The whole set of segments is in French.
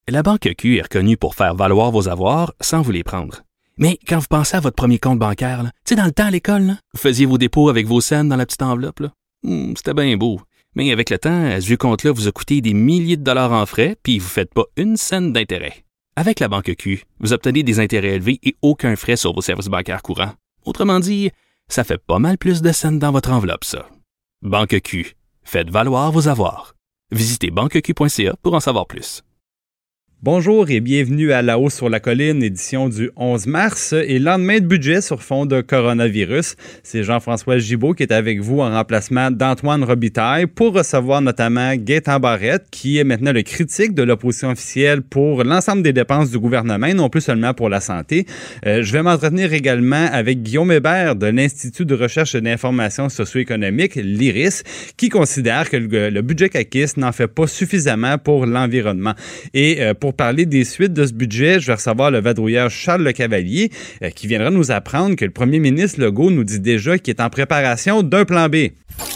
La Banque Q est reconnue pour faire valoir vos avoirs sans vous les prendre. Mais quand vous pensez à votre premier compte bancaire, tu sais, dans le temps à l'école, là, vous faisiez vos dépôts avec vos scènes dans la petite enveloppe. Là. C'était bien beau. Mais avec le temps, ce vieux compte-là vous a coûté des milliers de dollars en frais, puis vous ne faites pas une scène d'intérêt. Avec la Banque Q, vous obtenez des intérêts élevés et aucun frais sur vos services bancaires courants. Autrement dit, ça fait pas mal plus de scènes dans votre enveloppe, ça. Banque Q. Faites valoir vos avoirs. Visitez banqueq.ca pour en savoir plus. Bonjour et bienvenue à La Haut sur la colline, édition du 11 mars et lendemain de budget sur fond de coronavirus. C'est Jean-François Gibault qui est avec vous en remplacement d'Antoine Robitaille pour recevoir notamment Gaétan Barrette qui est maintenant le critique de l'opposition officielle pour l'ensemble des dépenses du gouvernement, non plus seulement pour la santé. Je vais m'entretenir également avec Guillaume Hébert de l'Institut de recherche et d'information socio-économique, l'IRIS, qui considère que le budget caquiste n'en fait pas suffisamment pour l'environnement. Et pour parler des suites de ce budget, je vais recevoir le vadrouilleur Charles Lecavalier qui viendra nous apprendre que le premier ministre Legault nous dit déjà qu'il est en préparation d'un plan B.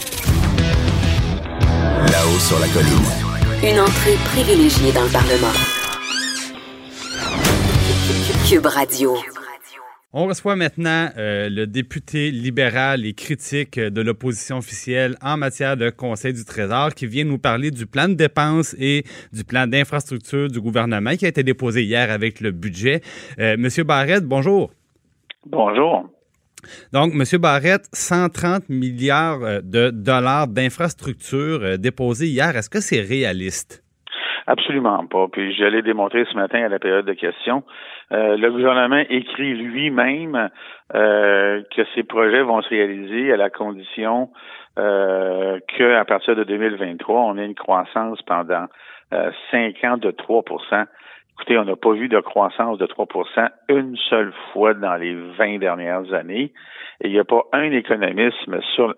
Là-haut sur la colline. Une entrée privilégiée dans le Parlement. Cube Radio. On reçoit maintenant le député libéral et critique de l'opposition officielle en matière de Conseil du Trésor qui vient nous parler du plan de dépenses et du plan d'infrastructure du gouvernement qui a été déposé hier avec le budget. Monsieur Barrette, bonjour. Bonjour. Donc, Monsieur Barrette, 130 milliards de dollars d'infrastructures déposés hier. Est-ce que c'est réaliste? Absolument pas. Puis je l'ai démontré ce matin à la période de questions. Le gouvernement écrit lui-même que ces projets vont se réaliser à la condition qu'à partir de 2023, on ait une croissance pendant 5 ans de 3%. Écoutez, on n'a pas vu de croissance de 3% une seule fois dans les 20 dernières années. Et il n'y a pas un économiste sur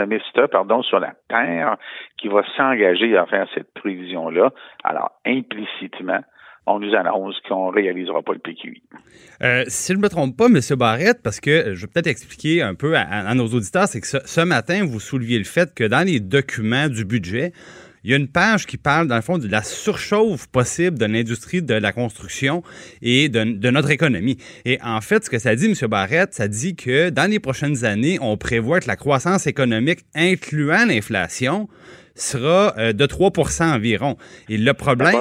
la Terre qui va s'engager à faire cette prévision-là. Alors, implicitement, on nous annonce qu'on ne réalisera pas le PQI. Si je ne me trompe pas, M. Barrette, parce que je vais peut-être expliquer un peu à nos auditeurs, c'est que ce matin, vous souleviez le fait que dans les documents du budget, il y a une page qui parle, dans le fond, de la surchauffe possible de l'industrie de la construction et de notre économie. Et en fait, ce que ça dit, M. Barrette, ça dit que dans les prochaines années, on prévoit que la croissance économique, incluant l'inflation, sera de 3% environ. Et le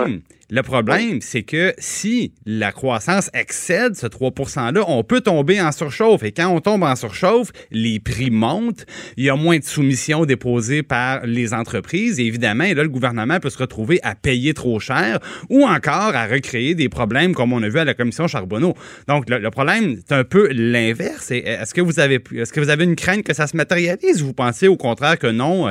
problème, c'est que si la croissance excède ce 3%-là, on peut tomber en surchauffe. Et quand on tombe en surchauffe, les prix montent, il y a moins de soumissions déposées par les entreprises. Et évidemment, là, le gouvernement peut se retrouver à payer trop cher ou encore à recréer des problèmes comme on a vu à la commission Charbonneau. Donc, le problème, c'est un peu l'inverse. Est-ce que vous avez une crainte que ça se matérialise ou vous pensez au contraire que non,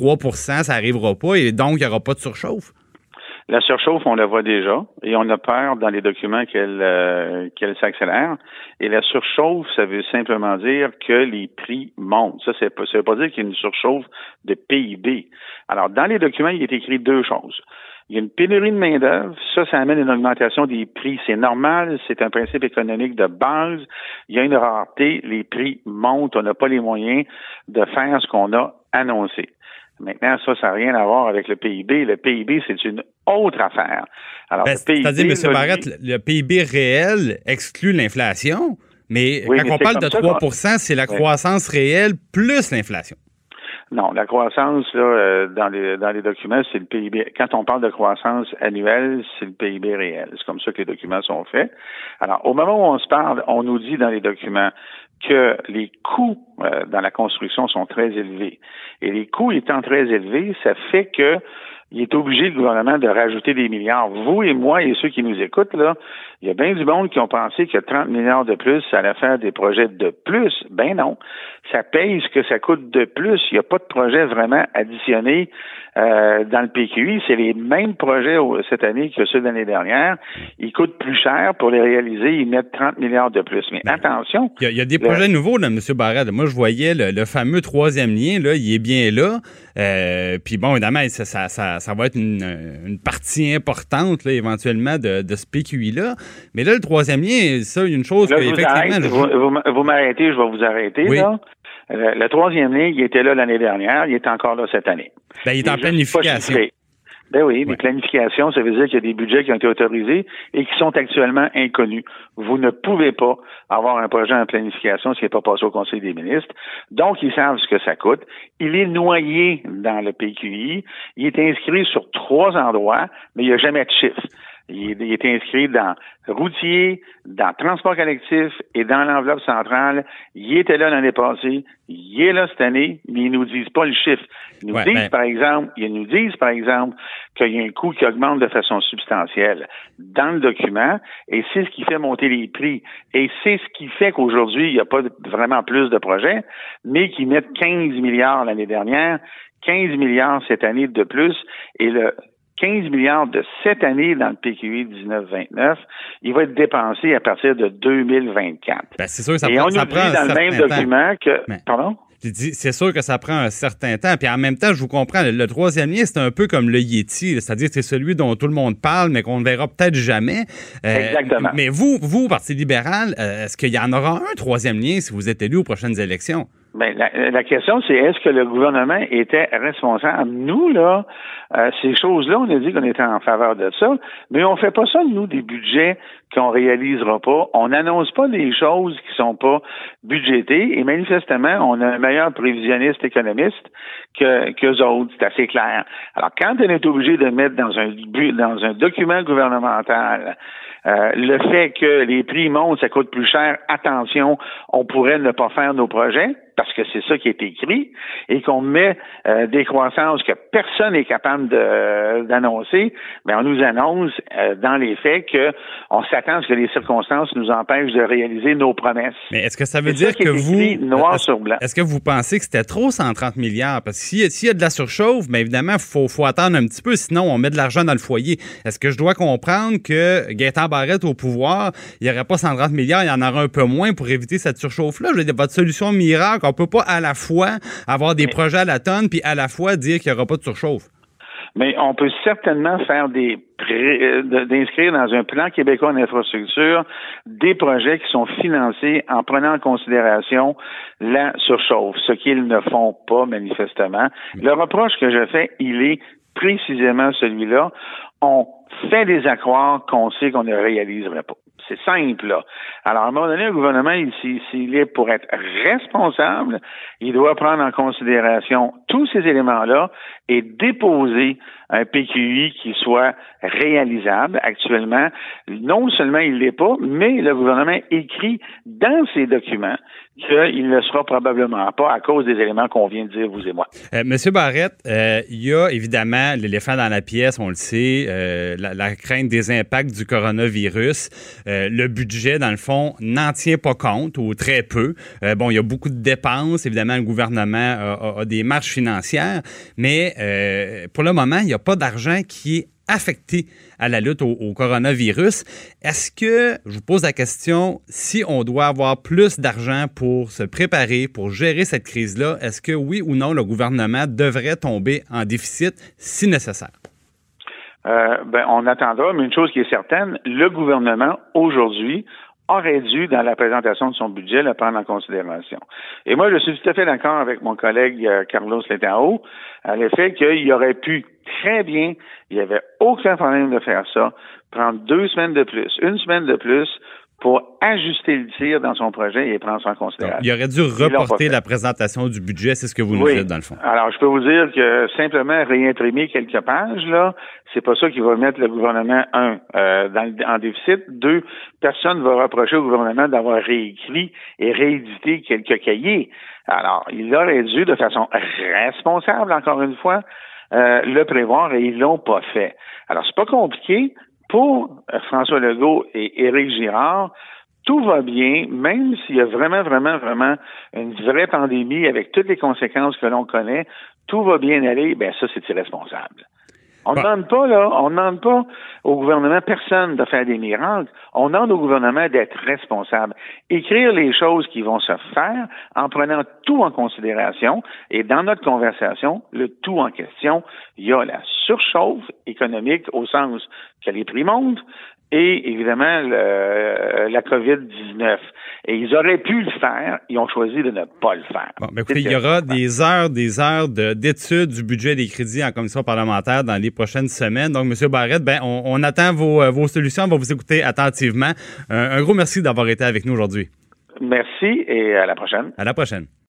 3%, ça n'arrivera pas et donc il n'y aura pas de surchauffe? La surchauffe, on la voit déjà et on a peur dans les documents qu'elle s'accélère. Et la surchauffe, ça veut simplement dire que les prix montent. Ça veut pas dire qu'il y a une surchauffe de PIB. Alors, dans les documents, il est écrit deux choses. Il y a une pénurie de main-d'œuvre. Ça amène une augmentation des prix. C'est normal. C'est un principe économique de base. Il y a une rareté. Les prix montent. On n'a pas les moyens de faire ce qu'on a annoncé. Maintenant, ça n'a rien à voir avec le PIB. Le PIB, c'est une autre affaire. Alors, c'est-à-dire, M. Barrette, le PIB réel exclut l'inflation, mais quand on parle de 3%, c'est la croissance réelle plus l'inflation. Non, la croissance, là, dans les documents, c'est le PIB. Quand on parle de croissance annuelle, c'est le PIB réel. C'est comme ça que les documents sont faits. Alors, au moment où on se parle, on nous dit dans les documents que les coûts dans la construction sont très élevés. Et les coûts étant très élevés, ça fait que il est obligé, le gouvernement, de rajouter des milliards. Vous et moi et ceux qui nous écoutent, là, il y a bien du monde qui ont pensé que 30 milliards de plus, ça allait faire des projets de plus. Ben non. Ça paye ce que ça coûte de plus. Il n'y a pas de projet vraiment additionné dans le PQI. C'est les mêmes projets cette année que ceux de l'année dernière. Ils coûtent plus cher pour les réaliser. Ils mettent 30 milliards de plus. Mais attention. Il y a des projets nouveaux, là, M. Barrette. Moi, je voyais le fameux troisième lien, là, il est bien là. Puis bon, évidemment, ça va être une partie importante, là, éventuellement, de ce PQI-là. Mais là, le troisième lien, ça, il y a une chose là, que, effectivement... Vous m'arrêtez, je vais vous arrêter, oui. Là. Le troisième lien, il était là l'année dernière, il est encore là cette année. Ben, il est en planification. Ben oui, mais planification, ça veut dire qu'il y a des budgets qui ont été autorisés et qui sont actuellement inconnus. Vous ne pouvez pas avoir un projet en planification qui n'est pas passé au Conseil des ministres. Donc, ils savent ce que ça coûte. Il est noyé dans le PQI. Il est inscrit sur 3 endroits, mais il n'y a jamais de chiffre. Il est inscrit dans routier, dans transport collectif et dans l'enveloppe centrale. Il était là l'année passée, il est là cette année, mais ils nous disent pas le chiffre. Ils nous disent, par exemple, qu'il y a un coût qui augmente de façon substantielle dans le document, et c'est ce qui fait monter les prix. Et c'est ce qui fait qu'aujourd'hui, il n'y a pas vraiment plus de projets, mais qu'ils mettent 15 milliards l'année dernière, 15 milliards cette année de plus, et le 15 milliards de cette année dans le PQI 19-29, il va être dépensé à partir de 2024. Ben, c'est sûr que ça et prend, on nous dit dans le même document que... Pardon? J'ai dit, c'est sûr que ça prend un certain temps. Puis en même temps, je vous comprends, le troisième lien, c'est un peu comme le Yeti, c'est-à-dire que c'est celui dont tout le monde parle, mais qu'on ne verra peut-être jamais. Exactement. Mais vous, Parti libéral, est-ce qu'il y en aura un troisième lien si vous êtes élu aux prochaines élections? Ben, la question, c'est est-ce que le gouvernement était responsable? Nous, là, ces choses-là, on a dit qu'on était en faveur de ça, mais on fait pas ça, nous, des budgets qu'on réalisera pas. On n'annonce pas des choses qui sont pas budgétées, et manifestement, on a un meilleur prévisionniste économiste qu'eux autres. C'est assez clair. Alors, quand on est obligé de mettre dans un document gouvernemental le fait que les prix montent, ça coûte plus cher, attention, on pourrait ne pas faire nos projets, parce que c'est ça qui est écrit, et qu'on met des croissances que personne n'est capable d'annoncer, mais on nous annonce dans les faits qu'on s'attend à ce que les circonstances nous empêchent de réaliser nos promesses. Mais est-ce que ça veut dire que vous... noir sur blanc. Est-ce que vous pensez que c'était trop 130 milliards? Parce que s'il y a de la surchauffe, bien évidemment, faut attendre un petit peu, sinon on met de l'argent dans le foyer. Est-ce que je dois comprendre que Gaétan Barrette au pouvoir, il n'y aurait pas 130 milliards, il y en aura un peu moins pour éviter cette surchauffe-là? Je veux dire, votre solution miracle, on peut pas à la fois avoir des projets à la tonne puis à la fois dire qu'il n'y aura pas de surchauffe. Mais on peut certainement faire d'inscrire dans un plan québécois d'infrastructure des projets qui sont financés en prenant en considération la surchauffe, ce qu'ils ne font pas manifestement. Le reproche que je fais, il est précisément celui-là. On fait des accroires qu'on sait qu'on ne réaliserait pas. C'est simple, là. Alors, à un moment donné, le gouvernement, s'il est pour être responsable, il doit prendre en considération tous ces éléments-là et déposer un PQI qui soit réalisable. Actuellement, non seulement il ne l'est pas, mais le gouvernement écrit dans ses documents qu'il ne le sera probablement pas à cause des éléments qu'on vient de dire, vous et moi. Monsieur Barrette, il y a évidemment l'éléphant dans la pièce, on le sait, la crainte des impacts du coronavirus. Le budget, dans le fond, n'en tient pas compte ou très peu. Il y a beaucoup de dépenses. Évidemment, le gouvernement a des marges financières, mais pour le moment, il n'y a pas d'argent qui est affecté à la lutte au coronavirus. Est-ce que, je vous pose la question, si on doit avoir plus d'argent pour se préparer, pour gérer cette crise-là, est-ce que oui ou non, le gouvernement devrait tomber en déficit si nécessaire? On attendra, mais une chose qui est certaine, le gouvernement, aujourd'hui, aurait dû, dans la présentation de son budget, le prendre en considération. Et moi, je suis tout à fait d'accord avec mon collègue Carlos Letao, à l'effet qu'il aurait pu très bien, il n'y avait aucun problème de faire ça, prendre 2 semaines de plus, 1 semaine de plus, pour ajuster le tir dans son projet et prendre ça en considération. Donc, il aurait dû reporter la présentation du budget, c'est ce que vous nous dites dans le fond. Alors, je peux vous dire que simplement réimprimer quelques pages, là, c'est pas ça qui va mettre le gouvernement, en déficit. 2, personne ne va reprocher au gouvernement d'avoir réécrit et réédité quelques cahiers. Alors, il aurait dû, de façon responsable, encore une fois, le prévoir et ils l'ont pas fait. Alors, c'est pas compliqué. Pour François Legault et Éric Girard, tout va bien, même s'il y a vraiment, vraiment, vraiment une vraie pandémie avec toutes les conséquences que l'on connaît, tout va bien aller, ça, c'est irresponsable. On ne demande pas au gouvernement, personne de faire des miracles. On demande au gouvernement d'être responsable. Écrire les choses qui vont se faire en prenant tout en considération. Et dans notre conversation, le tout en question, il y a la surchauffe économique au sens que les prix montent et évidemment la COVID-19. Et ils auraient pu le faire, ils ont choisi de ne pas le faire. Bon, ben écoutez, il y aura des heures d'études du budget des crédits en commission parlementaire dans les prochaines semaines. Donc, M. Barrette, on attend vos solutions, on va vous écouter attentivement. Un gros merci d'avoir été avec nous aujourd'hui. Merci et à la prochaine. À la prochaine.